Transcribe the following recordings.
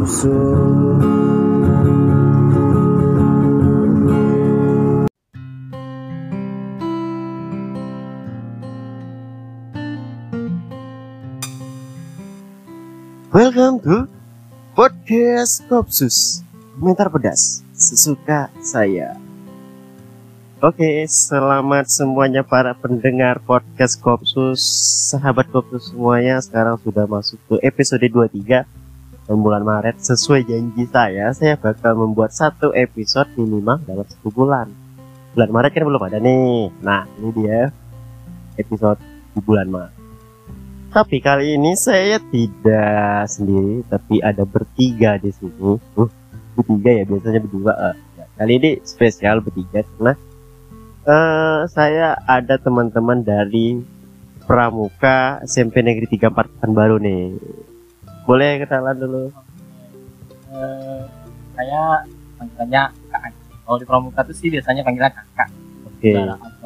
Kopsus. Welcome to Podcast Kopsus. Komentar pedas sesuka saya. Oke, selamat semuanya para pendengar Podcast Kopsus, sahabat Kopsus semuanya. Sekarang sudah masuk ke episode 23 dan bulan Maret. Sesuai janji saya bakal membuat satu episode minimal dalam 1 bulan. Bulan Maret kan belum ada nih. Nah, ini dia episode di bulan Maret. Tapi kali ini saya tidak sendiri, tapi ada bertiga di sini. Bertiga ya, biasanya berdua. Kali ini spesial bertiga karena saya ada teman-teman dari Pramuka SMP Negeri 34 Pekanbaru nih. Boleh kenalan dulu? Saya panggilannya Kak Aji. Kalau di Pramuka tuh sih biasanya panggilan kakak. Oke.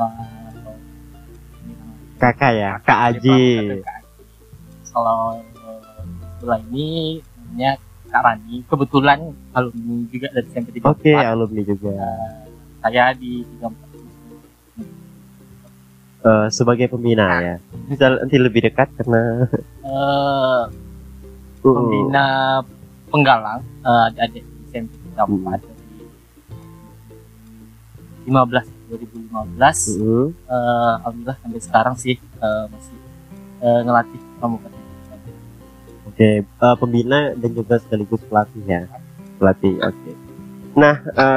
Kakak ya, Kak Aji. Kalau sebelah ini namanya Kak Rani, kebetulan alumni juga dari SMP 34. Oke, alumni juga. Saya di 34. Sebagai pembina ya. Bisa nanti lebih dekat karena pembina penggalang adik-adik di SMP 34 dari 2015. Alhamdulillah sampai sekarang sih masih ngelatih pramuka. Oke, pembina dan juga sekaligus pelatih ya. Pelatih, oke. Nah,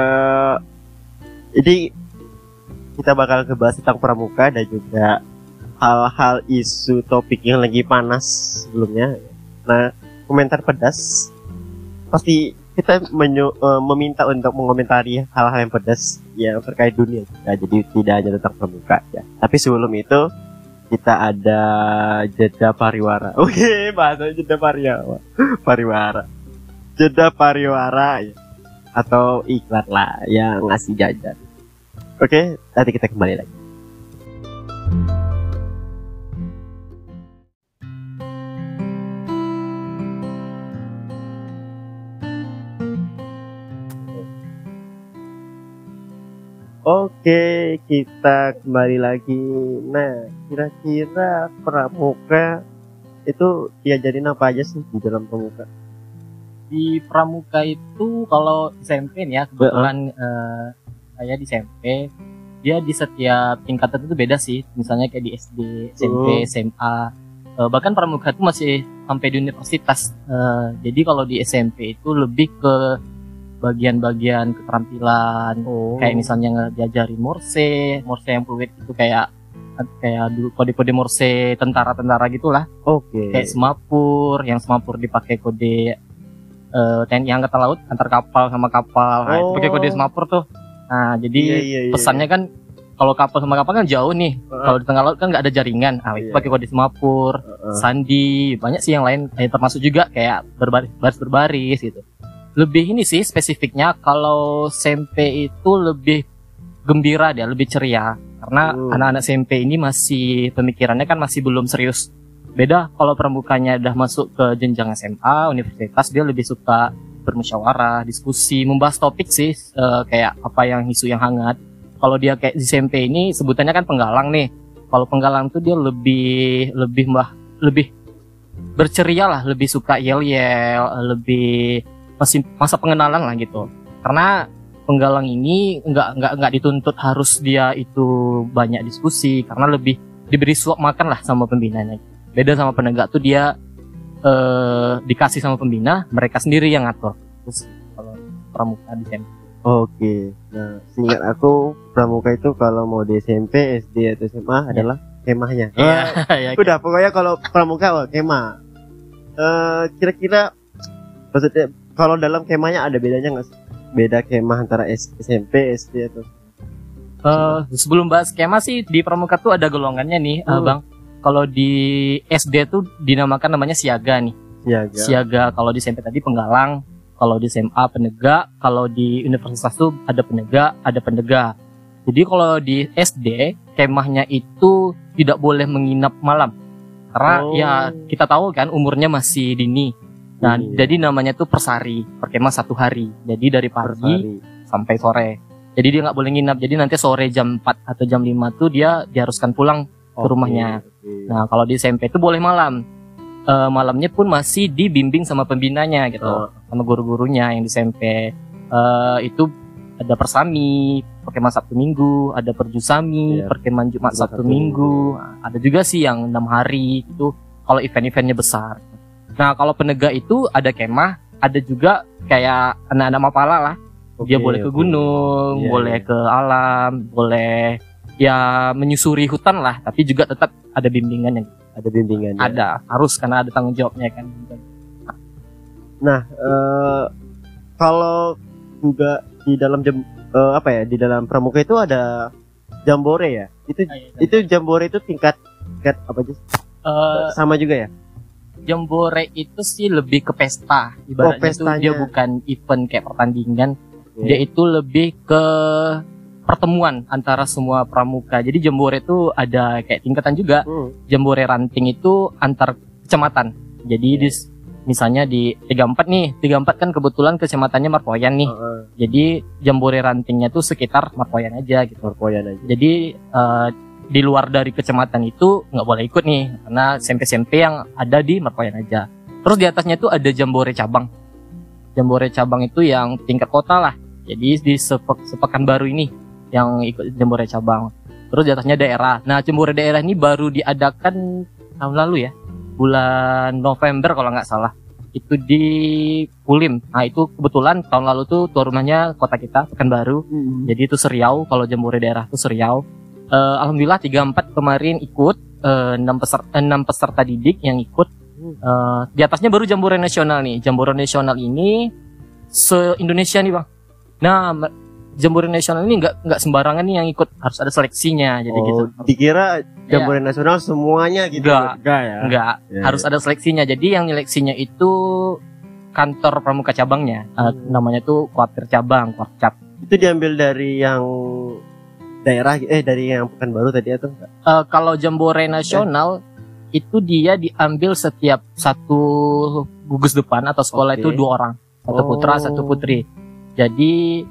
jadi kita bakal ngebahas tentang pramuka dan juga hal-hal isu topik yang lagi panas sebelumnya. Nah, komentar pedas pasti kita meminta untuk mengomentari hal-hal yang pedas yang terkait dunia kita. Jadi tidak hanya tentang pramuka ya. Tapi sebelum itu kita ada jeda pariwara. Oke, bahasa jeda pariwara. Jeda pariwara ya. Atau iklan lah yang ngasih jajan. Oke, nanti kita kembali lagi. Oke, kita kembali lagi. Nah, kira-kira pramuka itu diajarin apa aja sih di dalam pramuka? Di pramuka itu kalau SMP nih ya, kebetulan saya di SMP, dia di setiap tingkatan itu beda sih. Misalnya kayak di SD, SMP, SMA, bahkan pramuka itu masih sampai di universitas. Jadi kalau di SMP itu lebih ke bagian-bagian keterampilan, kayak misalnya diajarin Morse yang fluid itu kayak dulu kode-kode Morse tentara-tentara gitulah. Oke. Kayak yang semapur dipakai kode TNI Angkatan Laut antar kapal sama kapal. Nah, itu pakai kode semapur tuh. Nah, jadi pesannya kan kalau kapal sama kapal kan jauh nih. Kalau di tengah laut kan nggak ada jaringan. Itu pakai kode semapur, sandi, banyak sih yang lain. Termasuk juga kayak berbaris gitu. Lebih ini sih spesifiknya kalau SMP itu lebih gembira dia, lebih ceria. Karena anak-anak SMP ini masih pemikirannya kan masih belum serius. Beda kalau pramukanya udah masuk ke jenjang SMA, universitas, dia lebih suka bermusyawarah, diskusi, membahas topik sih, kayak apa yang isu yang hangat. Kalau dia kayak di SMP ini sebutannya kan penggalang nih. Kalau penggalang tuh dia lebih berceria lah, lebih suka yel-yel, lebih masih masa pengenalan lah gitu. Karena penggalang ini nggak dituntut harus dia itu banyak diskusi, karena lebih diberi suap makan lah sama pembinanya. Beda sama penegak tuh dia dikasih sama pembina, mereka sendiri yang ngatur. Terus kalau pramuka di SMP. Oke. Nah, seingat aku pramuka itu kalau mau di SMP, SD atau SMA adalah kemahnya. Udah pokoknya kalau pramuka kemah. Kira-kira maksudnya kalau dalam kemahnya ada bedanya nggak sih? Beda kemah antara SMP, SD atau? Sebelum bahas kemah sih di pramuka tuh ada golongannya nih, Bang. Kalau di SD tuh namanya siaga nih. Siaga. Kalau di SMP tadi penggalang, kalau di SMA penegak, kalau di universitas tuh ada penegak. Jadi kalau di SD kemahnya itu tidak boleh menginap malam. Karena ya kita tahu kan umurnya masih dini. Nah, jadi namanya tuh persari, perkemah 1 hari. Jadi dari pagi sampai sore. Jadi dia nggak boleh nginap. Jadi nanti sore jam 4 atau jam 5 tuh dia diharuskan pulang ke rumahnya. Nah, kalau di SMP itu boleh malam. Malamnya pun masih dibimbing sama pembinanya gitu, sama guru-gurunya yang di SMP. Itu ada persami, perkemah Sabtu Minggu, ada perjusami, perkemah Jumat Sabtu Minggu. Ada juga sih yang 6 hari itu kalau event-eventnya besar. Nah, kalau penegak itu ada kemah, ada juga kayak anak-anak mapala lah. Dia boleh ke gunung, boleh ke alam, boleh ya menyusuri hutan lah, tapi juga tetap ada bimbingannya. Ada bimbingannya. Ada, harus karena ada tanggung jawabnya kan. Nah, kalau juga di dalam di dalam pramuka itu ada jambore ya? Itu jambore itu tingkat apa aja? Sama juga ya? Jambore itu sih lebih ke pesta. Ibaratnya itu dia bukan event kayak pertandingan. Dia itu lebih ke pertemuan antara semua pramuka. Jadi jambore itu ada kayak tingkatan juga. Jambore ranting itu antar kecamatan. Jadi misalnya di 34 nih. 34 kan kebetulan kecamatannya Marpoyan nih. Jadi jambore rantingnya tuh sekitar Marpoyan aja gitu. Marpoyan aja. Jadi di luar dari kecamatan itu nggak boleh ikut nih, karena SMP yang ada di Marpoyan aja. Terus di atasnya itu ada jambore cabang. Jambore cabang itu yang tingkat kota lah. Jadi di Sepekanbaru ini yang ikut jambore cabang. Terus di atasnya daerah. Nah, jambore daerah ini baru diadakan tahun lalu ya, bulan November kalau nggak salah. Itu di Pulim. Nah, itu kebetulan tahun lalu tuh tuan rumahnya kota kita Pekanbaru. Jadi itu Seriau. Kalau jambore daerah itu Seriau. Alhamdulillah 34 kemarin ikut, 6 peserta didik yang ikut. Di atasnya baru jambore nasional nih. Jambore nasional ini se-Indonesia nih Bang. Nah, jambore nasional ini nggak sembarangan nih yang ikut, harus ada seleksinya. Jadi gitu. Dikira jambore nasional semuanya gitu? Enggak. Harus ada seleksinya. Jadi yang nyeleksinya itu kantor pramuka cabangnya. Namanya tuh Kuartir Cabang, Kuarcap. Itu diambil dari yang daerah dari yang Pekanbaru tadi atau enggak? Kalau jambore nasional itu dia diambil setiap satu gugus depan atau sekolah itu 2 orang, 1 putra 1 putri. Jadi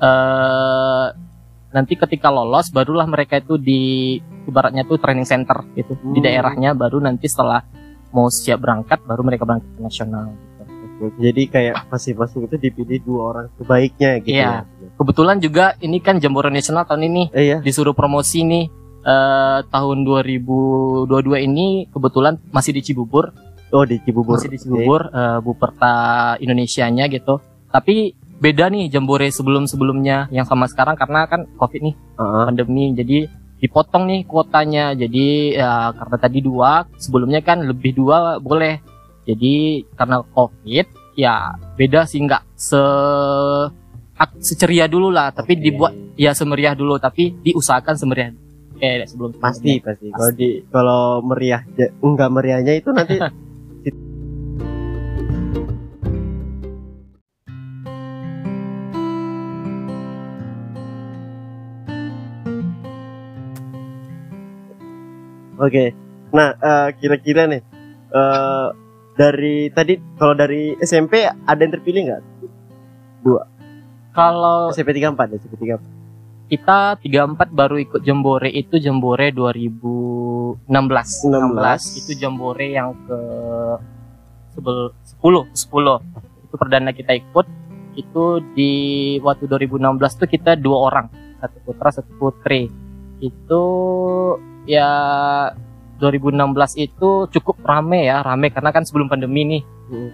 nanti ketika lolos barulah mereka itu ibaratnya tuh training center gitu di daerahnya, baru nanti setelah mau siap berangkat baru mereka berangkat ke nasional. Jadi kayak masing-masing itu dipilih 2 orang terbaiknya gitu. Iya. Kebetulan juga ini kan jambore nasional tahun ini disuruh promosi nih. Tahun 2022 ini kebetulan masih di Cibubur. Di Cibubur. Masih di Cibubur, Buperta Indonesianya gitu. Tapi beda nih jambore sebelum-sebelumnya yang sama sekarang karena kan Covid nih, pandemi. Jadi dipotong nih kuotanya. Jadi ya karena tadi 2, sebelumnya kan lebih 2 boleh. Jadi karena Covid ya beda sih, nggak seceria dulu lah, tapi dibuat ya semeriah dulu, tapi diusahakan semeriah sebelum. Pasti. Kalau meriah enggak meriahnya itu nanti. Oke. Nah, kira-kira nih dari tadi kalau dari SMP ada yang terpilih nggak? 2. Kalau SMP 34 ya, SMP 34. Kita 34 baru ikut jambore itu jambore 2016. 16 itu jambore yang ke 10. Itu perdana kita ikut. Itu di waktu 2016 tuh kita 2 orang, 1 putra 1 putri. Itu ya 2016 itu cukup rame karena kan sebelum pandemi nih.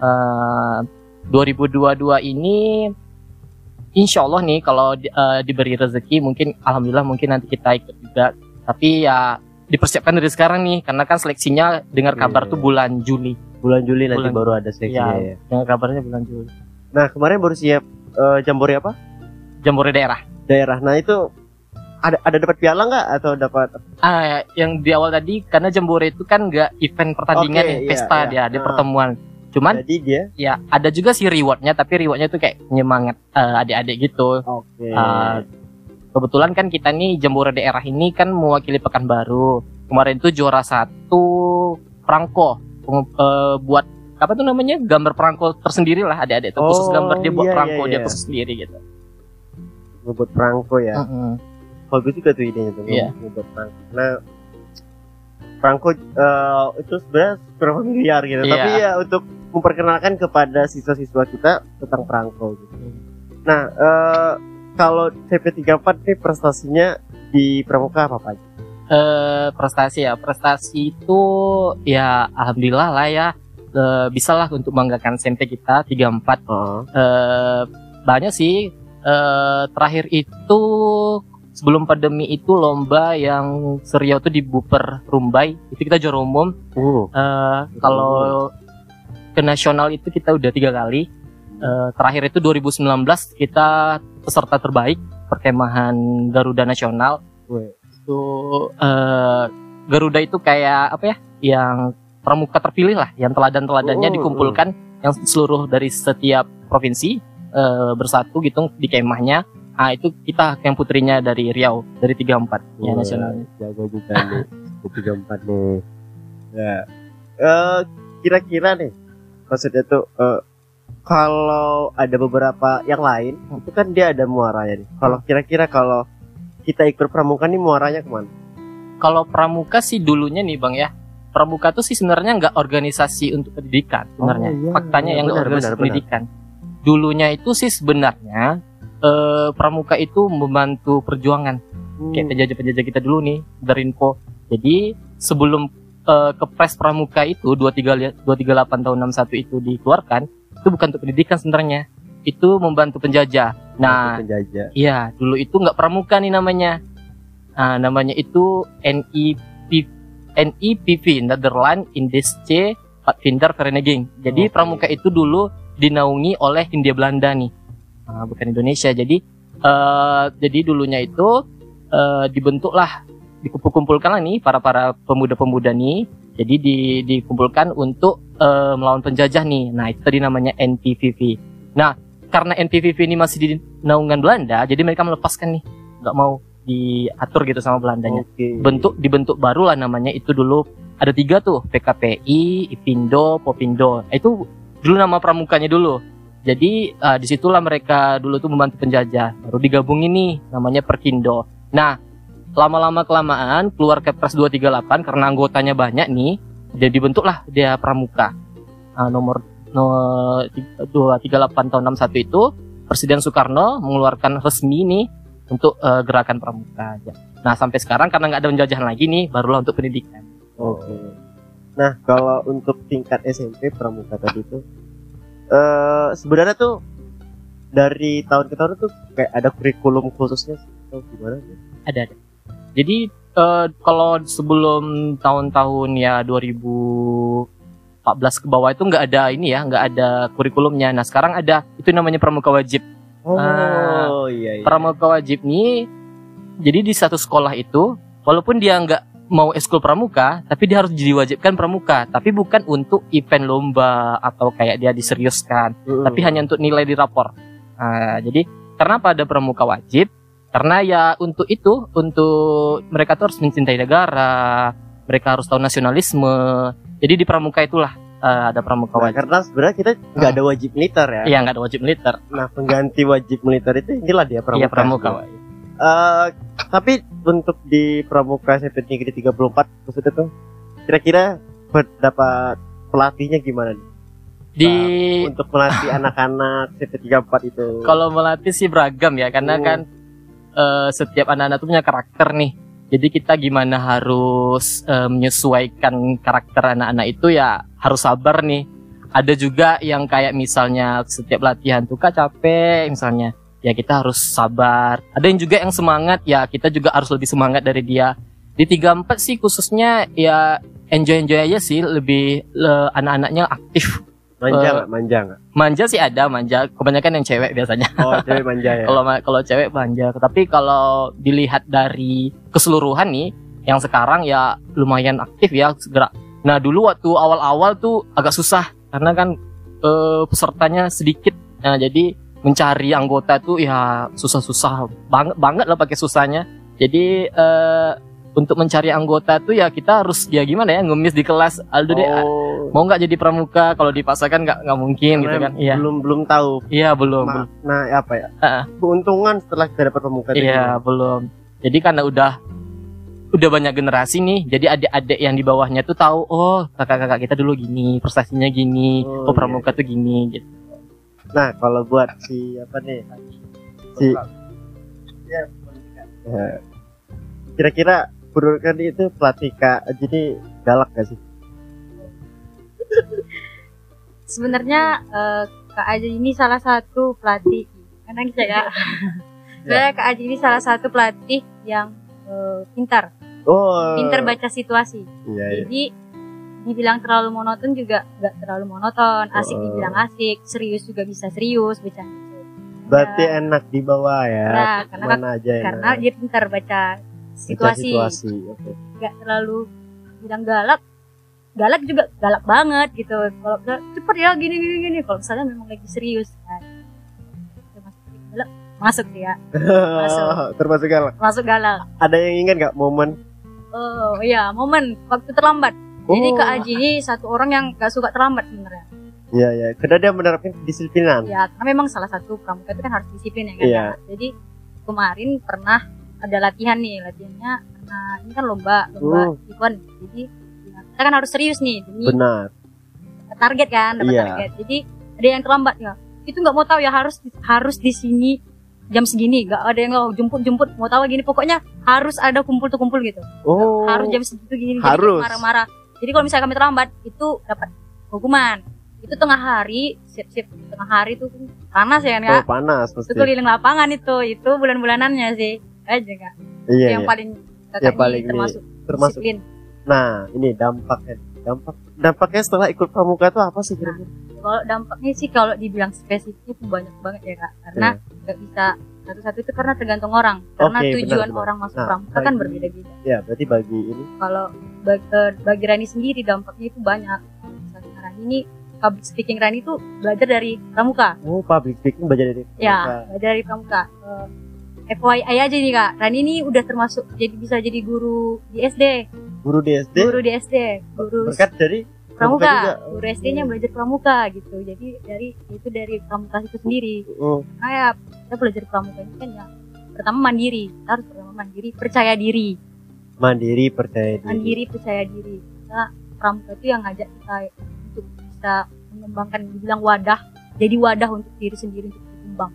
2022 ini insya Allah nih kalau diberi rezeki mungkin alhamdulillah mungkin nanti kita ikut juga. Tapi ya dipersiapkan dari sekarang nih karena kan seleksinya dengar kabar tuh bulan Juli. Nanti baru ada seleksinya ya. Dengar kabarnya bulan Juli. Nah, kemarin baru siap jambore apa? Jambore daerah. Nah, itu ada dapat piala nggak atau dapat? Yang di awal tadi karena jambore itu kan nggak event pertandingan, pesta dia pertemuan. Cuman jadi dia ya ada juga sih rewardnya, tapi rewardnya tuh kayak penyemangat adik-adik gitu. Kebetulan kan kita nih jambore daerah ini kan mewakili Pekanbaru. Kemarin tuh juara 1 Prangko buat apa tuh namanya, gambar perangko tersendiri lah adik-adik tuh, khusus gambar dia buat perangko dia khusus sendiri gitu. Ngebuat perangko ya. Bagus juga tuh idenya tuh, ngebuat perangko. Nah, perangko itu sebenarnya kurang familiar gitu, tapi ya untuk memperkenalkan kepada siswa-siswa kita tentang perangko gitu. Nah, kalau CP34 ini prestasinya di pramuka apa aja? Prestasi itu ya alhamdulillah lah ya, bisa lah untuk banggakan SMP kita 34. Banyak sih. Terakhir itu sebelum pandemi itu lomba yang Seriau tuh di Buper Rumbai, itu kita juara umum. Kalau ke nasional itu kita udah 3 kali. Terakhir itu 2019 kita peserta terbaik perkemahan Garuda Nasional. Itu Garuda itu kayak apa ya, yang pramuka terpilih lah, yang teladan-teladannya dikumpulkan yang seluruh dari setiap provinsi bersatu gitu di kemahnya. Ah itu kita yang putrinya dari Riau, dari 34 ya nasionalnya. Jago juga nih 34 nih. Ya. Kira-kira nih maksudnya tuh kalau ada beberapa yang lain itu kan dia ada muaranya nih. Kalau kira-kira kalau kita ikut pramuka nih muaranya kemana? Kalau pramuka sih dulunya nih Bang ya, pramuka tuh sih sebenarnya nggak organisasi untuk pendidikan sebenarnya. Faktanya yang nggak organisasi pendidikan. Dulunya itu sih sebenarnya pramuka itu membantu perjuangan kayak penjajah-penjajah kita dulu nih dari info. Jadi sebelum Kepres Pramuka itu 238 tahun 61 itu dikeluarkan, itu bukan untuk pendidikan sebenarnya, itu membantu penjajah. Nah, iya dulu itu nggak pramuka nih namanya. Namanya itu NIPV, Nederland Indische Pathfindervereniging. Jadi pramuka itu dulu dinaungi oleh Hindia Belanda nih, bukan Indonesia. Jadi dulunya itu dibentuklah, dikumpulkan lah nih para pemuda-pemuda nih. Jadi dikumpulkan untuk melawan penjajah nih. Nah itu tadi namanya NPVV. Nah karena NPVV ini masih di naungan Belanda, jadi mereka melepaskan nih, nggak mau diatur gitu sama Belandanya. Dibentuk baru lah namanya. Itu dulu ada 3 tuh, PKPI, Ipindo, Popindo. Itu dulu nama pramukanya dulu. Jadi disitulah mereka dulu tuh membantu penjajah. Baru digabungin nih namanya Perkindo. Nah lama-lama kelamaan keluar Kepres 238 karena anggotanya banyak nih, jadi dibentuklah dia pramuka. Nomor 238 tahun 61 itu Presiden Soekarno mengeluarkan resmi nih untuk gerakan pramuka aja. Nah sampai sekarang karena nggak ada penjajahan lagi nih, barulah untuk pendidikan. Nah kalau untuk tingkat SMP pramuka tadi itu sebenarnya tuh dari tahun ke tahun tuh kayak ada kurikulum khususnya atau gimana? Ada. Jadi kalau sebelum tahun-tahun ya 2014 ke bawah itu nggak ada ini ya, nggak ada kurikulumnya. Nah sekarang ada, itu namanya pramuka wajib. Iya. Pramuka wajib nih, jadi di satu sekolah itu walaupun dia nggak mau ekskul pramuka, tapi dia harus diwajibkan pramuka. Tapi bukan untuk event lomba atau kayak dia diseriuskan, tapi hanya untuk nilai di rapor. Jadi kenapa ada pramuka wajib? Karena ya untuk mereka tuh harus mencintai negara, mereka harus tahu nasionalisme. Jadi di pramuka itulah ada pramuka wajib. Karena sebenarnya kita nggak ada wajib militer ya. Iya, nggak ada wajib militer. Nah pengganti wajib militer itu inilah dia pramuka. Iya, pramuka wajib. Tapi untuk di pramuka SMP Negeri 34 maksudnya tuh kira-kira dapat pelatihnya gimana nih? Untuk melatih anak-anak SMP 34 itu. Kalau melatih sih beragam ya, karena kan setiap anak-anak tuh punya karakter nih. Jadi kita gimana harus menyesuaikan karakter anak-anak itu ya harus sabar nih. Ada juga yang kayak misalnya setiap latihan tuh capek misalnya, ya kita harus sabar. Ada yang juga yang semangat, ya kita juga harus lebih semangat dari dia. Di 34 sih khususnya ya enjoy aja sih, lebih anak-anaknya aktif. Manja nggak? Manja sih ada, manja. Kebanyakan yang cewek biasanya. Oh, cewek manja ya. Kalau cewek manja. Tapi kalau dilihat dari keseluruhan nih, yang sekarang ya lumayan aktif ya segera. Nah dulu waktu awal-awal tuh agak susah karena kan pesertanya sedikit. Nah jadi mencari anggota tuh ya susah-susah banget lah pakai susahnya. Jadi untuk mencari anggota tuh ya kita harus ya gimana ya, ngemis di kelas. Aldo deh mau nggak jadi pramuka, kalau dipaksakan nggak mungkin. Karena gitu kan. Iya. Belum tahu. Iya, belum. Nah, apa ya? Keuntungan setelah kita dapat pramuka. Iya, belum. Jadi karena udah banyak generasi nih, jadi adik-adik yang di bawahnya tuh tahu, oh kakak-kakak kita dulu gini, prestasinya gini, pramuka tuh gini gitu. Nah, kalau buat siapa nih? Kira-kira Bro Kandi itu pelatih Kak Aji ini galak gak sih? Sebenarnya Kak Aji ini salah satu pelatih, karena saya Kak Aji ini salah satu pelatih yang pintar baca situasi. Jadi dibilang terlalu monoton juga nggak terlalu monoton, asik dibilang asik, serius juga bisa serius, bercanda. Berarti enak dibawa ya? Nah, karena dia pintar baca situasi. Okay. Gak terlalu bilang galak juga galak banget gitu. Kalau cepet ya gini. Kalau misalnya memang lagi serius kan, masuk dia. Termasuk galak. Masuk galak. Ada yang ingat nggak momen? Oh iya, momen waktu terlambat. Jadi Kak Aji ini satu orang yang gak suka terlambat sebenarnya. Iya. Karena dia menerapkan kedisiplinan. Iya, karena memang salah satu pramuka itu kan harus disiplin ya kan. Iya. Jadi kemarin pernah ada latihannya karena ini kan lomba event. Jadi ya, kita kan harus serius nih demi target kan, dapat target. Jadi ada yang terlambat ya. Itu nggak mau tahu ya, harus di sini jam segini, nggak ada yang jemput mau tahu gini, pokoknya harus ada kumpul gitu. Harus jam segitu gini. Harus. Jadi marah-marah. Jadi kalau misalnya kami terlambat itu dapat hukuman. Itu tengah hari, shift tengah hari itu panas ya kan Kak? Panas pasti. Itu keliling lapangan itu bulan-bulanannya sih aja Kak. Iya. Yang paling kakaknya termasuk disiplin. Nah, ini dampaknya setelah ikut pramuka itu apa sih kira-kira? Kalau dampaknya sih kalau dibilang spesifik itu banyak banget ya Kak. Karena nggak bisa satu-satu itu karena tergantung orang. Karena tujuan orang masuk pramuka kan berbeda-beda. Ya, berarti bagi ini. Kalau bagi Rani sendiri dampaknya itu banyak. Misalnya Rani ini public speaking, Rani itu belajar dari pramuka. Public speaking belajar dari pramuka. Ya, belajar dari pramuka. FYI aja nih Kak, Rani ini udah termasuk bisa jadi guru di SD. Guru di SD. Berkat dari pramuka. Guru SD-nya belajar pramuka gitu. Jadi dari pramuka itu sendiri. Nah ya, kita belajar pramuka ini kan ya pertama mandiri. Kita harus percaya diri. Mandiri percaya diri. Kita pramuka itu yang ngajak kita untuk bisa mengembangkan, dibilang wadah. Jadi wadah untuk diri sendiri untuk berkembang.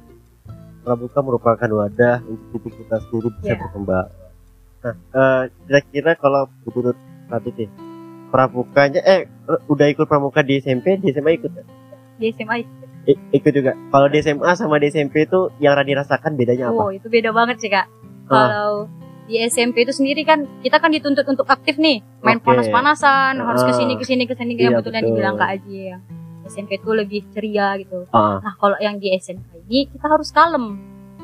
Pramuka merupakan wadah untuk diri kita sendiri bisa berkembang. Nah, kira-kira kalau menurut Radit nih, pramukanya udah ikut pramuka di SMP, di SMA ikut kan? Di SMA ikut juga. Kalau di SMA sama di SMP itu yang Rani rasakan bedanya apa? Itu beda banget sih Kak. Kalau di SMP itu sendiri kan kita kan dituntut untuk aktif nih, main panas-panasan, harus kesini kayak betul yang dibilang Kak Aji ya. SMP itu lebih ceria gitu. Nah kalau yang di SMK ini kita harus kalem.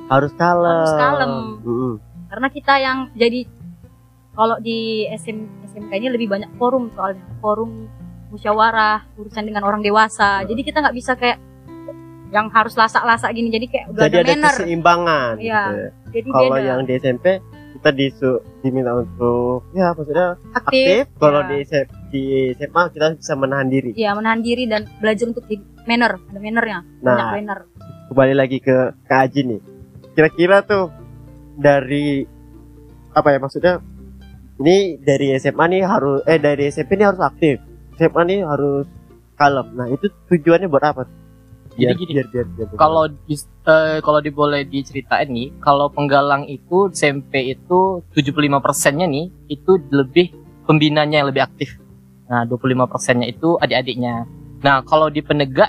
Karena kita yang jadi, kalau di SMK ini lebih banyak forum, soalnya forum musyawarah, urusan dengan orang dewasa. Jadi kita nggak bisa kayak yang harus lasak-lasak gini. Jadi kayak udah ada manner. Keseimbangan. Iya. Gitu. Jadi kalau yang di SMP kita diminta untuk maksudnya aktif. Kalau di SMA kita bisa menahan diri. Iya, menahan diri dan belajar untuk manner, ada mannernya. Banyak manner. Kembali lagi ke Kak Aji nih. Kira-kira tuh dari apa ya, maksudnya ini dari SMA nih dari SMP nih harus aktif, SMA nih harus kalem. Nah itu tujuannya buat apa? Biar kalau boleh diceritain nih, kalau penggalang itu SMP itu 75%-nya nih itu lebih pembinanya yang lebih aktif. Nah 25%-nya itu adik-adiknya. Nah kalau di penegak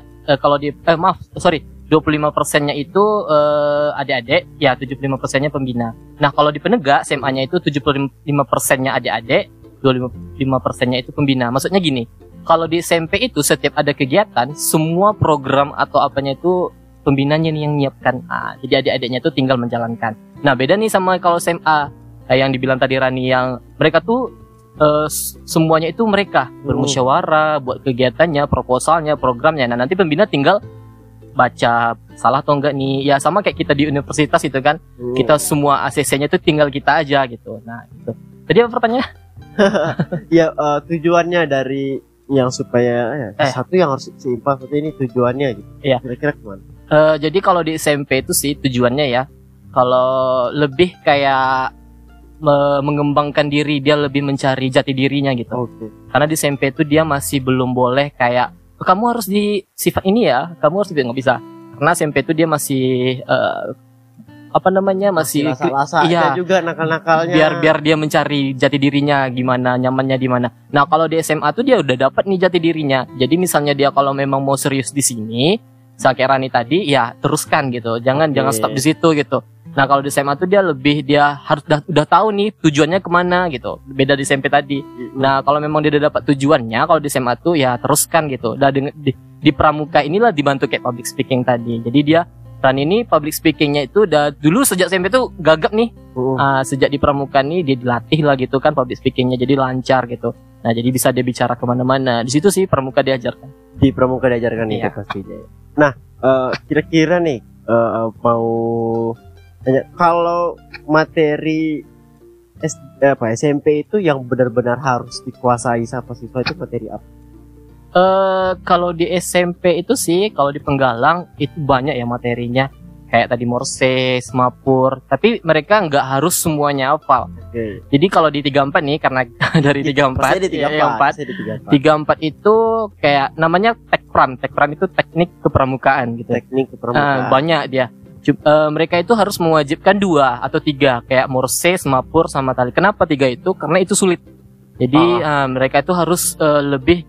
25%-nya itu adik-adik, ya 75%-nya pembina. Nah kalau di penegak SMA-nya itu 75%-nya adik-adik, 25%-nya itu pembina. Maksudnya gini, kalau di SMP itu setiap ada kegiatan, semua program atau apanya itu pembinanya nih yang nyiapkan. Jadi adik-adiknya itu tinggal menjalankan. Nah beda nih sama kalau SMA, yang dibilang tadi Rani, yang mereka tuh semuanya itu mereka bermusyawarah buat kegiatannya, proposalnya, programnya. Nah nanti pembina tinggal baca salah atau enggak nih. Ya sama kayak kita di universitas itu kan, kita semua ACC-nya itu tinggal kita aja gitu. Nah gitu. Jadi apa pertanyaannya? Ya tujuannya dari yang supaya satu yang harus seimbang, seperti ini tujuannya gitu. Iya. Kira-kira gimana? Jadi kalau di SMP itu sih tujuannya ya, kalau lebih kayak mengembangkan diri, dia lebih mencari jati dirinya gitu. Okay. Karena di SMP itu dia masih belum boleh kayak kamu harus di sifat ini ya, kamu harus nggak bisa. Karena SMP itu dia masih masih rasa-rasanya juga nakal-nakalnya. Biar dia mencari jati dirinya gimana, nyamannya di mana. Nah, kalau di SMA tuh dia udah dapat nih jati dirinya. Jadi misalnya dia kalau memang mau serius di sini, kayak Rani tadi, ya teruskan gitu. Jangan stop di situ gitu. Nah, kalau di SMA tuh dia harus udah tahu nih tujuannya kemana gitu. Beda di SMP tadi. Nah, kalau memang dia udah dapat tujuannya, kalau di SMA tuh ya teruskan gitu. Udah di pramuka inilah dibantu kayak public speaking tadi. Jadi dia Rani ini public speakingnya itu udah dulu sejak SMP tuh gagap nih. Sejak di pramuka nih dia dilatih lah gitu kan public speakingnya, jadi lancar gitu. Nah, jadi bisa dia bicara kemana-mana. Di situ sih pramuka diajarkan. Di pramuka diajarkan itu pastinya. Nah, kira-kira nih mau tanya, kalau materi SMP itu yang benar-benar harus dikuasai sama siswa itu materi apa? Kalau di SMP itu sih, kalau di Penggalang itu banyak ya materinya. Kayak tadi Morse, Semapur. Tapi mereka nggak harus semuanya hafal. Okay. Jadi kalau di 34 nih, karena dari 34 itu kayak namanya Tekpram. Tekpram itu teknik kepramukaan gitu. Teknik kepramukaan. Banyak dia. Mereka itu harus mewajibkan 2 atau 3 kayak Morse, Semapur, sama tali. Kenapa 3 itu? Karena itu sulit. Jadi mereka itu harus lebih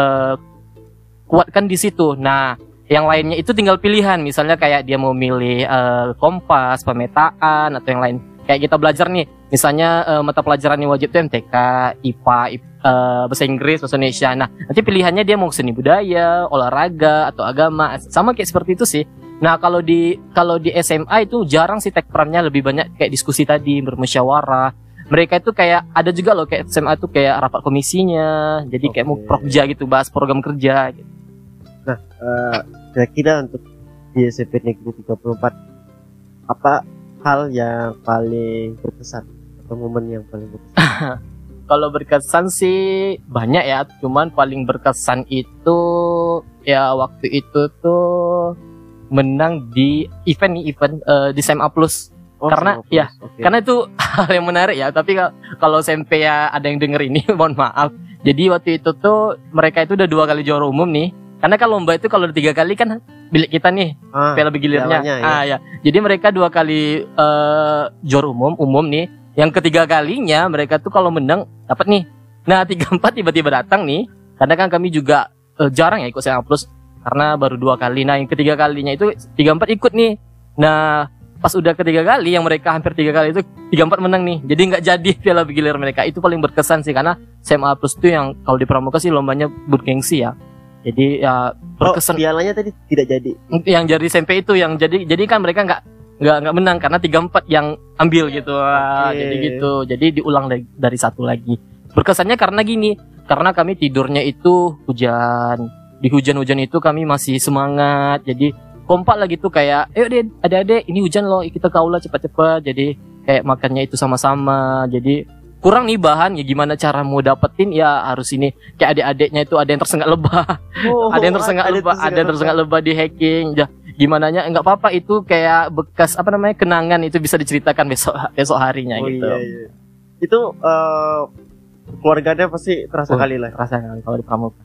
kuatkan di situ. Nah, yang lainnya itu tinggal pilihan. Misalnya kayak dia mau milih kompas, pemetaan, atau yang lain. Kayak kita belajar nih, misalnya mata pelajaran yang wajib itu MTK, IPA, bahasa Inggris, bahasa Indonesia. Nah, nanti pilihannya dia mau seni budaya, olahraga, atau agama. Sama kayak seperti itu sih. Nah, kalau di SMA itu jarang sih tekpramnya, lebih banyak kayak diskusi tadi, bermusyawarah. Mereka itu kayak ada juga loh kayak SMA itu kayak rapat komisinya, jadi kayak mau prokja gitu, bahas program kerja gitu. Nah, kira-kira untuk di SMP Negeri 34 apa hal yang paling berkesan atau momen yang paling berkesan? Kalau berkesan sih banyak ya, cuman paling berkesan itu ya waktu itu tuh menang di event di SMA Plus. Karena ya, karena itu hal yang menarik ya. Tapi kalau SMP ya ada yang denger ini, mohon maaf. Jadi waktu itu tuh mereka itu udah 2 kali juara umum nih. Karena kan lomba itu kalau 3 kali kan bilik kita nih, piala begilirnya. Ya. Jadi mereka 2 kali juara umum nih. Yang ketiga kalinya mereka tuh kalau menang dapat nih. Nah 34 tiba-tiba datang nih. Karena kan kami juga jarang ya ikut SMA Plus. Karena baru 2 kali. Nah yang ketiga kalinya itu 34 ikut nih. Nah pas udah ketiga kali yang mereka hampir 3 kali itu 34 menang nih. Jadi nggak jadi piala bergilir mereka. Itu paling berkesan sih karena SMA Plus itu yang kalau di pramuka sih lombanya bergengsi ya. Jadi ya berkesan. Pialanya tadi tidak jadi. Yang dari SMP itu yang jadi kan mereka nggak menang karena 34 yang ambil gitu. Jadi gitu. Jadi diulang dari 1 lagi. Berkesannya karena gini, karena kami tidurnya itu hujan. Di hujan-hujan itu kami masih semangat. Jadi kompak lah gitu kayak ayo deh adik-adik ini hujan loh kita kaulah cepat-cepat, jadi kayak makannya itu sama-sama. Jadi kurang nih bahan ya gimana cara mau dapetin ya harus ini kayak adik-adiknya itu ada yang tersengat lebah, ada yang tersengat lebah di hacking ya gimana nya nggak apa-apa itu kayak bekas kenangan itu bisa diceritakan besok harinya gitu. Iya. Itu keluarganya pasti terasa kali lah. Terasa kali kalau di pramuka.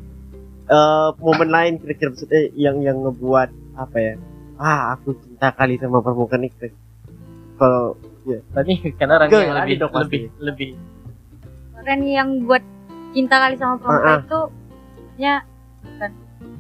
Momen lain kira-kira maksudnya yang ngebuat apa ya? Aku cinta kali sama pramuka nih. Kalau ya tadi karena Rani yang lebih Rani yang buat cinta kali sama pramuka itu ya bukan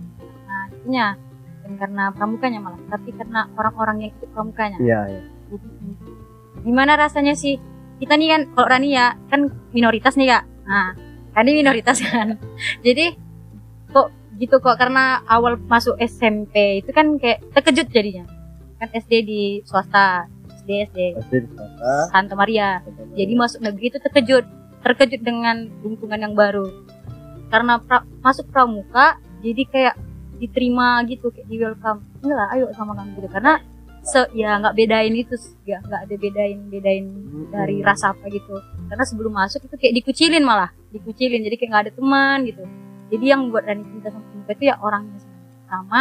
karena pramukanya malah, tapi karena orang-orang yang ikut pramukanya. Iya. Jadi gimana rasanya sih? Kita nih kan kalau Rani ya kan minoritas nih Kak. Nah, Rani minoritas kan. Jadi kok gitu kok karena awal masuk SMP itu kan kayak terkejut jadinya kan SD di swasta SD Santa Maria. Jadi masuk negeri itu terkejut dengan lingkungan yang baru karena masuk pramuka jadi kayak diterima gitu, kayak di welcome. Enggak, ayo sama kami gitu. Karena ya nggak bedain itu, nggak ada bedain dari rasa apa gitu. Karena sebelum masuk itu kayak dikucilin, jadi kayak nggak ada teman gitu. Jadi yang buat Rani cinta sama Pramuka itu ya orangnya sama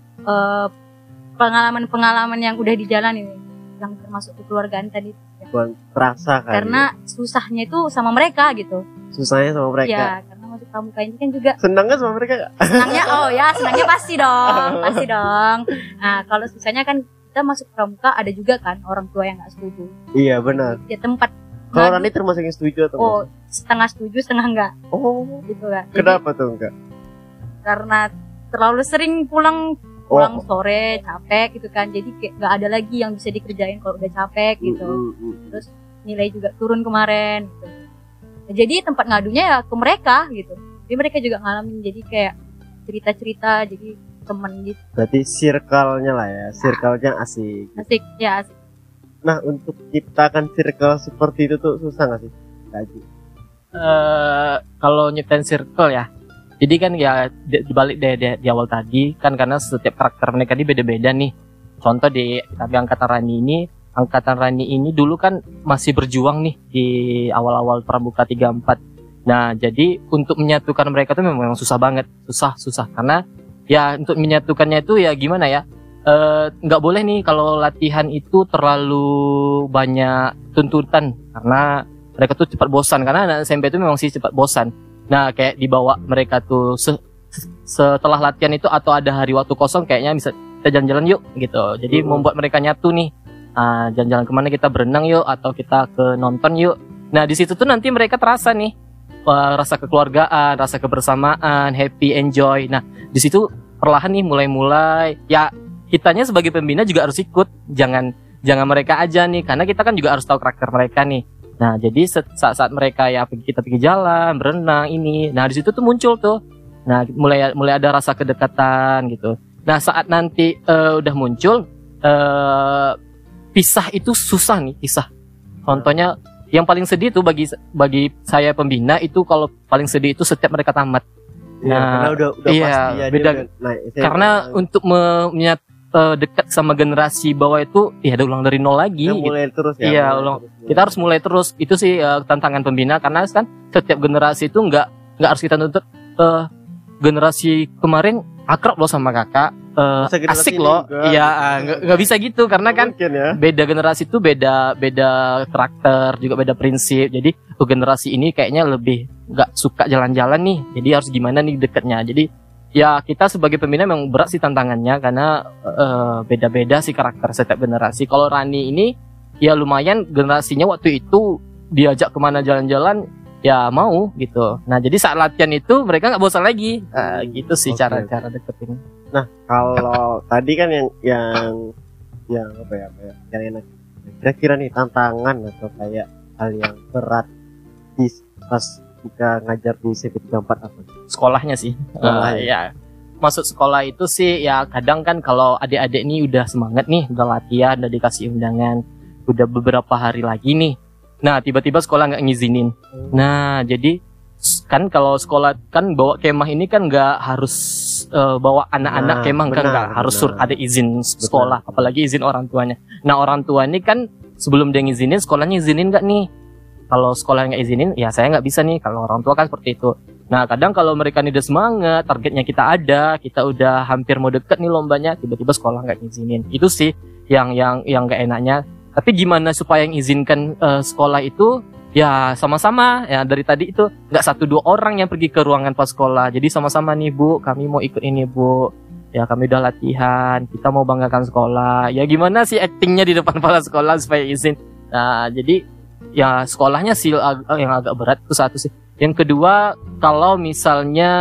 pengalaman yang udah dijalani, yang termasuk kekeluargaan tadi. Terasa kan? Karena susahnya itu sama mereka gitu. Susahnya sama mereka. Ya, karena masuk Pramuka ini kan juga. Senangnya sama mereka gak? Senangnya, senangnya pasti dong. Nah, kalau susahnya kan kita masuk Pramuka ada juga kan orang tua yang nggak setuju. Iya benar. Ya tempat. Kalau Rani termasuk yang setuju atau setengah setuju, setengah enggak. Gitu kan. Kenapa tuh enggak? Karena terlalu sering pulang sore capek gitu kan, jadi kayak nggak ada lagi yang bisa dikerjain kalau udah capek gitu. Terus nilai juga turun kemarin gitu. Jadi tempat ngadunya ya ke mereka gitu. Jadi mereka juga ngalamin, jadi kayak cerita-cerita, jadi temen gitu. Berarti circle-nya lah ya, circle-nya asik. Asik. Nah, untuk ciptakan circle seperti itu tuh susah nggak sih, Kaji? Kalau nyiptain circle ya, jadi kan ya dibalik di awal tadi kan, karena setiap karakter mereka ini beda-beda nih. Contoh tapi angkatan Rani ini dulu kan masih berjuang nih di awal-awal Pramuka 34. Nah, jadi untuk menyatukan mereka tuh memang susah banget, susah karena ya untuk menyatukannya itu ya gimana ya? Nggak boleh nih kalau latihan itu terlalu banyak tuntutan, karena mereka tuh cepat bosan, karena anak SMP itu memang sih cepat bosan. Nah, kayak dibawa mereka tuh setelah latihan itu atau ada hari waktu kosong, kayaknya bisa kita jalan-jalan yuk gitu. Jadi membuat mereka nyatu nih. Jalan-jalan kemana, kita berenang yuk atau kita ke nonton yuk. Nah, di situ tuh nanti mereka terasa nih rasa kekeluargaan, rasa kebersamaan, happy, enjoy. Nah, di situ perlahan nih mulai ya kitanya sebagai pembina juga harus ikut. Jangan mereka aja nih, karena kita kan juga harus tahu karakter mereka nih. Nah, jadi saat mereka ya kita pergi jalan, berenang ini. Nah, di situ tuh muncul tuh. Nah, mulai ada rasa kedekatan gitu. Nah, saat nanti udah muncul pisah itu susah nih, pisah. Contohnya yang paling sedih tuh bagi saya pembina itu, kalau paling sedih itu setiap mereka tamat. Nah, karena udah pasti ya, beda. Karena untuk dekat sama generasi bawah itu ya ada ulang dari nol lagi. Mulai terus ya. Iya, kita harus mulai terus. Itu sih tantangan pembina, karena kan setiap generasi itu nggak harus kita nuntut generasi kemarin akrab loh sama kakak, asik loh. Iya, nggak bisa gitu, karena kan ya, beda generasi itu beda karakter, juga beda prinsip. Jadi generasi ini kayaknya lebih nggak suka jalan-jalan nih. Jadi harus gimana nih dekatnya. Jadi ya kita sebagai pembina memang berat sih tantangannya, karena beda-beda sih karakter setiap generasi. Kalau Rani ini ya lumayan, generasinya waktu itu diajak kemana jalan-jalan ya mau gitu. Nah, jadi saat latihan itu mereka nggak bosan lagi. Gitu sih cara deketin. Nah, kalau tadi kan yang apa ya, yang enak. Kira-kira nih tantangan atau kayak hal yang berat pas kita ngajar di CP34 apa? Sekolahnya sih. Ya. Masuk sekolah itu sih ya kadang kan kalau adik-adik nih udah semangat nih, udah latihan, udah dikasih undangan, udah beberapa hari lagi nih. Nah, tiba-tiba sekolah nggak ngizinin. Nah, jadi kan kalau sekolah kan bawa kemah ini kan nggak harus bawa anak-anak kemah, nggak harus ada izin sekolah, apalagi izin orang tuanya. Nah, orang tua ini kan sebelum dia ngizinin, sekolahnya izinin nggak nih? Kalau sekolah nggak izinin, ya saya nggak bisa nih. Kalau orang tua kan seperti itu. Nah, kadang kalau mereka nih udah semangat, targetnya kita ada, kita udah hampir mau deket nih lombanya, tiba-tiba sekolah nggak ngizinin. Itu sih yang nggak enaknya. Tapi gimana supaya yang izinkan sekolah itu ya sama-sama ya, dari tadi itu nggak 1-2 orang yang pergi ke ruangan pas sekolah. Jadi sama-sama nih Bu, kami mau ikut ini Bu. Ya kami udah latihan, kita mau banggakan sekolah. Ya gimana sih aktingnya di depan kepala sekolah supaya izin. Nah, jadi ya sekolahnya sih yang agak berat itu satu sih. Yang kedua, kalau misalnya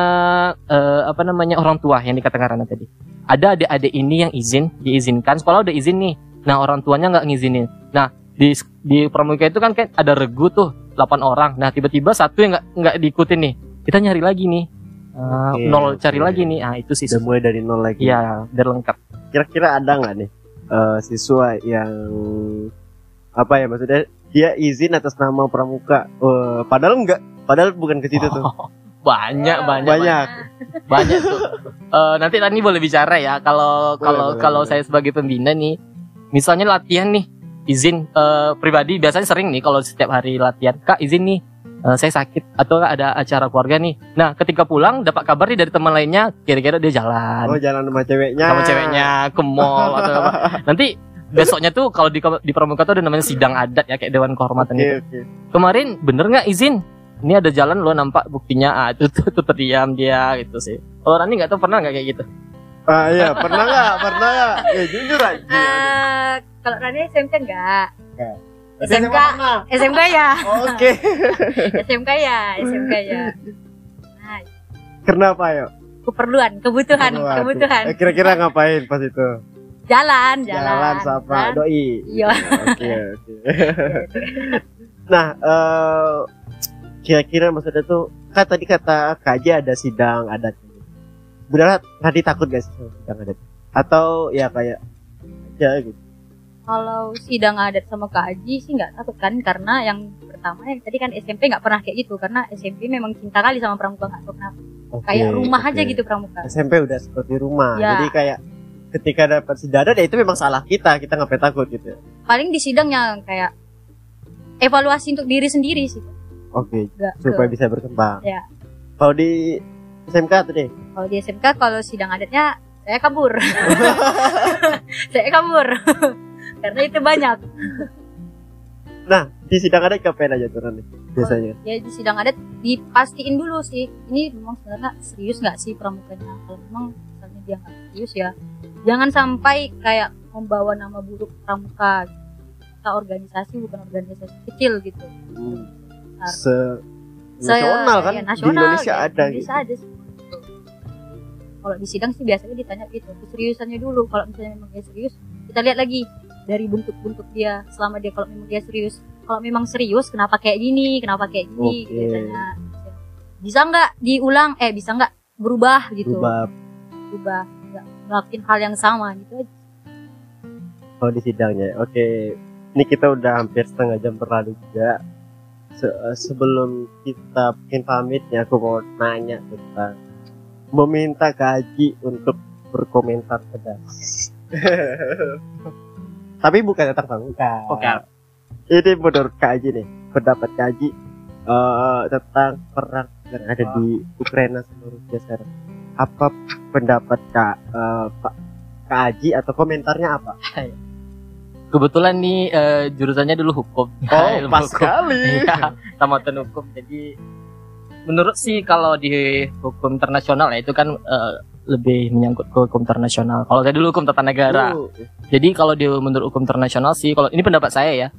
orang tua yang dikatakan tadi, ada adik-adik ini yang diizinkan, sekolah udah izin nih. Nah, orang tuanya nggak ngizinin. Nah, di Pramuka itu kan kayak ada regu tuh 8 orang. Nah, tiba-tiba satu yang nggak diikutin nih. Kita nyari lagi nih. Cari lagi nih. Ah, itu sih. Udah mulai dari nol lagi. Iya, biar lengkap. Kira-kira ada nggak nih siswa yang apa ya, maksudnya dia izin atas nama Pramuka, padahal bukan ke situ tuh. Banyak. Banyak tuh. Nanti Rani boleh bicara ya. Kalau saya sebagai pembina nih, misalnya latihan nih, izin pribadi biasanya sering nih kalau setiap hari latihan, Kak izin nih, saya sakit atau ada acara keluarga nih. Nah ketika pulang dapat kabar nih dari teman lainnya, kira-kira dia jalan. Oh jalan sama ceweknya. Sama ceweknya ke mall atau apa. Nanti besoknya tuh kalau di Pramuka tuh ada namanya sidang adat ya, kayak dewan kehormatan itu. Okay. Kemarin bener nggak izin? Ini ada jalan lo nampak buktinya, itu terdiam dia gitu sih. Kalau Rani nggak tahu pernah nggak kayak gitu? Iya pernah nggak? Ya jujur aja. Kalau Rani SMK nggak? SMK ya. Oke. SMK ya. Nah, kenapa ya? Kebutuhan. Kira-kira ngapain pas itu? Jalan sama doi. Iya. Oke. Nah, kira-kira maksudnya tuh kan tadi kata KJ ada sidang adat. Beneran tadi takut gak sih sama sidang adat? Atau ya kayak aja gitu? Kalau sidang adat sama KJ sih nggak takut kan, karena yang pertama yang tadi kan SMP nggak pernah kayak gitu, karena SMP memang cinta kali sama Pramuka, nggak tahu kenapa. Kayak rumah aja gitu Pramuka. SMP udah seperti rumah, ya. Jadi kayak ketika dapat sidang adat ya itu memang salah kita ngapain takut gitu. Paling di sidang yang kayak evaluasi untuk diri sendiri sih. Oke. Supaya bisa berkembang. Ya. Kalau di SMK tuh deh. Kalau di SMK kalau sidang adatnya saya kabur. Karena itu banyak. Nah, di sidang adat ngapain aja tuh Rani biasanya? Ya di sidang adat dipastiin dulu sih. Ini memang sebenarnya serius nggak sih pramukanya? Kalau memang misalnya dia nggak serius ya, jangan sampai kayak membawa nama buruk pramuka. Kita organisasi bukan organisasi kecil gitu. Nasional kan? Ya, nasional, di Indonesia ya, ada. Indonesia ada sih. Kalau di sidang sih biasanya ditanya gitu, keseriusannya dulu. Kalau misalnya memang dia serius, kita lihat lagi dari bentuk-bentuk dia. Selama dia kalau memang dia serius, kalau memang serius, kenapa kayak gini? Biasanya bisa nggak diulang? Bisa nggak berubah gitu? Berubah, nggak ngelakuin hal yang sama gitu aja. Oh di sidangnya, oke. Ini kita udah hampir setengah jam berlalu juga. Sebelum kita bikin pamit ya, aku mau nanya tentang meminta Kaji untuk berkomentar pedas. Tapi bukan tentang Pramuka. Oke. Ini menurut Kaji nih, pendapat Kaji tentang perang yang ada di Ukraina sama Rusia sekarang. Apa pendapat Pak Kaji atau komentarnya apa? Kebetulan nih jurusannya dulu hukum. Oh, pas sekali. Iya, tamatan hukum. Jadi menurut sih kalau di hukum internasional ya itu kan lebih menyangkut ke hukum internasional. Kalau saya dulu hukum tata negara. Jadi kalau menurut hukum internasional sih, kalau ini pendapat saya ya.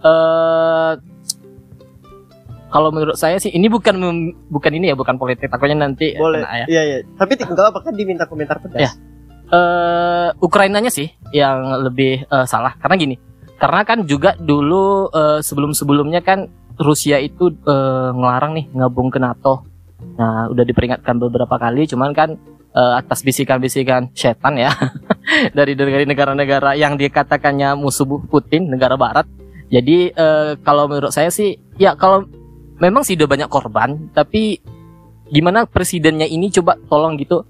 Kalau menurut saya sih ini bukan politik. Takutnya nanti boleh. Iya. Tapi tinggal apakah diminta komentar pedas? Ya. Ukrainanya sih yang lebih salah karena gini, karena kan juga dulu sebelumnya kan Rusia itu ngelarang nih ngabung ke NATO. Nah udah diperingatkan beberapa kali, cuman kan atas bisikan-bisikan setan ya dari negara-negara yang dikatakannya musuh Putin, negara Barat. Jadi kalau menurut saya sih ya, kalau memang sih udah banyak korban, tapi gimana presidennya ini coba tolong gitu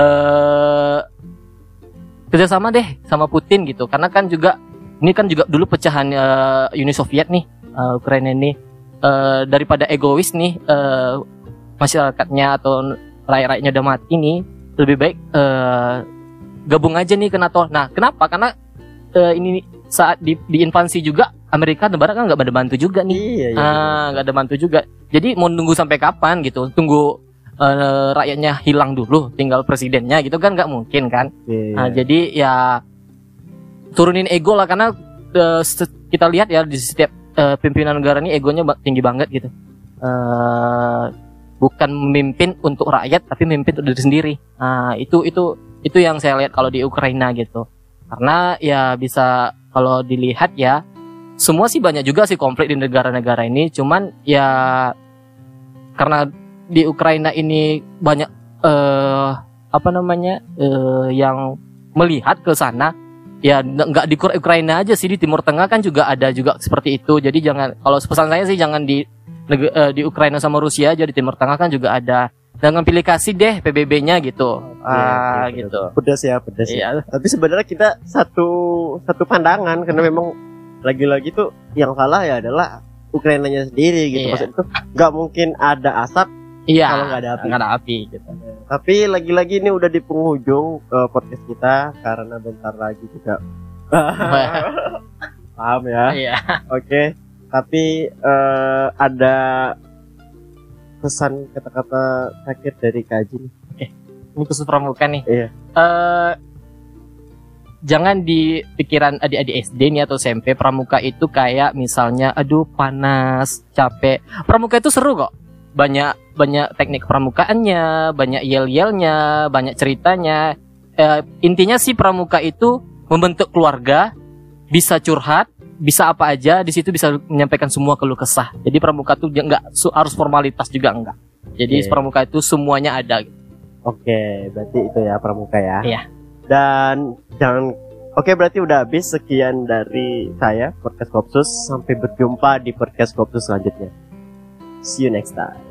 kerjasama deh sama Putin gitu, karena kan juga ini kan juga dulu pecahan Uni Soviet nih, Ukraina ini daripada egois nih masyarakatnya atau rakyat-rakyatnya udah mati nih, lebih baik gabung aja nih ke NATO. Nah kenapa? Karena ini saat di invasi juga Amerika negara kan nggak ada bantu juga nih, nggak ada bantu juga. Jadi mau nunggu sampai kapan gitu? Tunggu rakyatnya hilang dulu, tinggal presidennya gitu kan nggak mungkin kan. Nah, jadi ya turunin ego lah, karena kita lihat ya di setiap pimpinan negara ini egonya tinggi banget gitu. Bukan memimpin untuk rakyat tapi memimpin untuk diri sendiri. Nah, itu yang saya lihat kalau di Ukraina gitu. Karena ya bisa kalau dilihat ya, semua sih banyak juga sih konflik di negara-negara ini, cuman ya karena di Ukraina ini banyak yang melihat ke sana, ya nggak di Ukraina aja sih, di Timur Tengah kan juga ada juga seperti itu. Jadi jangan, kalau pesan saya sih jangan di Ukraina sama Rusia aja, di Timur Tengah kan juga ada dengan pilih kasih deh PBB-nya gitu. Gitu. Pedas ya. Iya. Tapi sebenarnya kita satu pandangan karena memang lagi-lagi tuh yang salah ya adalah Ukrainanya sendiri gitu. Maksudnya itu nggak mungkin ada asap kalau nggak ada api. Nggak ada api gitu. Tapi lagi-lagi ini udah di penghujung podcast kita karena bentar lagi juga. Paham ya? Iya. Oke. Tapi ada pesan kata-kata terakhir dari Kak Haji. Ini khusus pramuka nih. Iya. Jangan di pikiran adik-adik SD nih atau SMP pramuka itu kayak misalnya aduh panas, capek. Pramuka itu seru kok. Banyak teknik pramukaannya, banyak yel-yelnya, banyak ceritanya. Intinya sih pramuka itu membentuk keluarga, bisa curhat, bisa apa aja di situ, bisa menyampaikan semua keluh kesah. Jadi pramuka tuh nggak harus formalitas juga enggak. Jadi pramuka itu semuanya ada. Oke, berarti itu ya pramuka ya. Iya. Dan berarti udah habis. Sekian dari saya podcast Kopsus. Sampai berjumpa di podcast Kopsus selanjutnya. See you next time.